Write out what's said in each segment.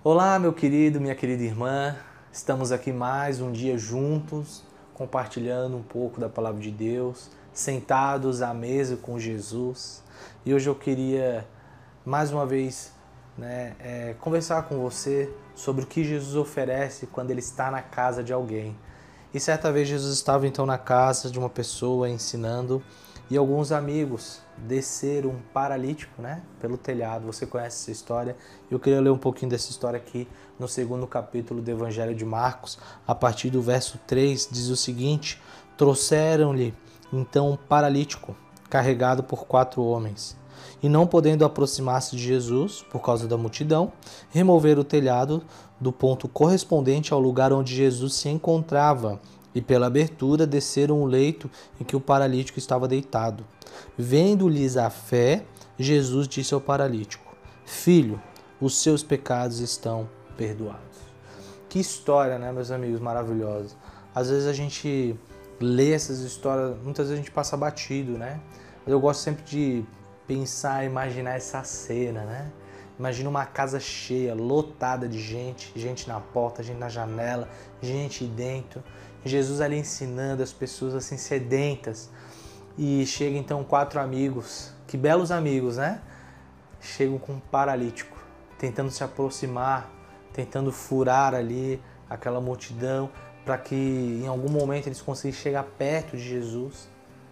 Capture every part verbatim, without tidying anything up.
Olá, meu querido, minha querida irmã. Estamos aqui mais um dia juntos, compartilhando um pouco da palavra de Deus, sentados à mesa com Jesus. E hoje eu queria, mais uma vez, né, é, conversar com você sobre o que Jesus oferece quando Ele está na casa de alguém. E certa vez Jesus estava então na casa de uma pessoa ensinando e alguns amigos desceram um paralítico, né, pelo telhado. Você conhece essa história? Eu queria ler um pouquinho dessa história aqui no segundo capítulo do Evangelho de Marcos, a partir do verso três, diz o seguinte: trouxeram-lhe então um paralítico carregado por quatro homens. E não podendo aproximar-se de Jesus, por causa da multidão, removeram o telhado do ponto correspondente ao lugar onde Jesus se encontrava, e pela abertura desceram o leito em que o paralítico estava deitado. Vendo-lhes a fé, Jesus disse ao paralítico: Filho, os seus pecados estão perdoados. Que história, né, meus amigos, maravilhosa. Às vezes a gente lê essas histórias, muitas vezes a gente passa batido, né? Mas eu gosto sempre de pensar, imaginar essa cena, né? Imagina uma casa cheia, lotada de gente, gente na porta, gente na janela, gente dentro. Jesus ali ensinando as pessoas assim sedentas. E chega então quatro amigos, que belos amigos, né? Chegam com um paralítico, tentando se aproximar, tentando furar ali aquela multidão, para que em algum momento eles consigam chegar perto de Jesus.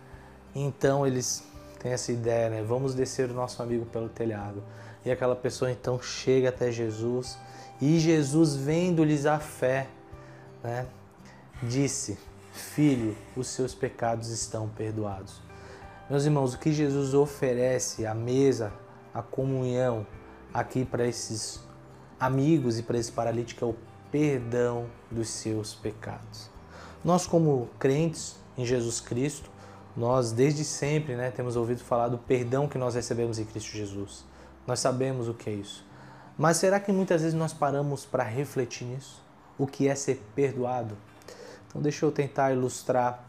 Então eles têm essa ideia, né? Vamos descer o nosso amigo pelo telhado. E aquela pessoa então chega até Jesus, e Jesus, vendo-lhes a fé, né, disse: Filho, os seus pecados estão perdoados. Meus irmãos, o que Jesus oferece, a mesa, a comunhão aqui para esses amigos e para esse paralítico é o perdão dos seus pecados. Nós, como crentes em Jesus Cristo, nós desde sempre, né, temos ouvido falar do perdão que nós recebemos em Cristo Jesus. Nós sabemos o que é isso. Mas será que muitas vezes nós paramos para refletir nisso? O que é ser perdoado? Então deixa eu tentar ilustrar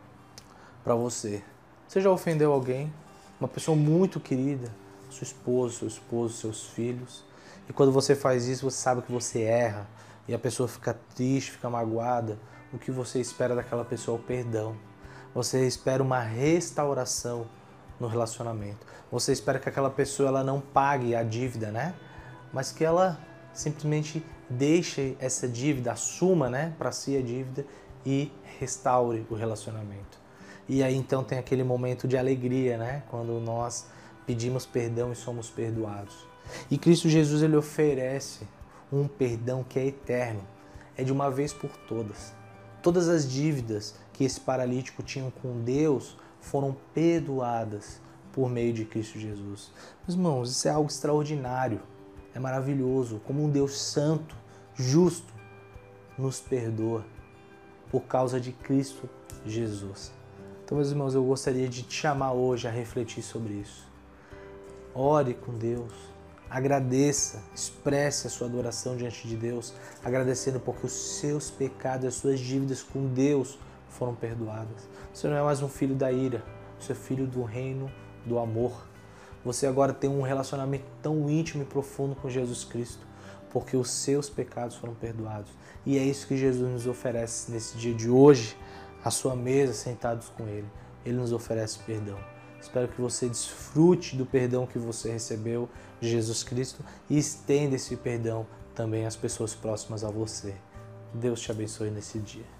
para você. Você já ofendeu alguém? Uma pessoa muito querida? Sua esposa, seu esposo, seus filhos. E quando você faz isso, você sabe que você erra. E a pessoa fica triste, fica magoada. O que você espera daquela pessoa é o perdão. Você espera uma restauração no relacionamento. Você espera que aquela pessoa ela não pague a dívida, né? Mas que ela simplesmente deixe essa dívida, assuma, né, para si a dívida e restaure o relacionamento. E aí então tem aquele momento de alegria, né, quando nós pedimos perdão e somos perdoados. E Cristo Jesus, ele oferece um perdão que é eterno, é de uma vez por todas. Todas as dívidas que esse paralítico tinha com Deus foram perdoadas por meio de Cristo Jesus. Meus irmãos, isso é algo extraordinário, é maravilhoso, como um Deus santo, justo, nos perdoa por causa de Cristo Jesus. Então, meus irmãos, eu gostaria de te chamar hoje a refletir sobre isso. Ore com Deus, agradeça, expresse a sua adoração diante de Deus, agradecendo porque os seus pecados, as suas dívidas com Deus foram perdoadas. Você não é mais um filho da ira, você é filho do reino do amor. Você agora tem um relacionamento tão íntimo e profundo com Jesus Cristo, porque os seus pecados foram perdoados. E é isso que Jesus nos oferece nesse dia de hoje, à sua mesa, sentados com Ele. Ele nos oferece perdão. Espero que você desfrute do perdão que você recebeu de Jesus Cristo e estenda esse perdão também às pessoas próximas a você. Deus te abençoe nesse dia.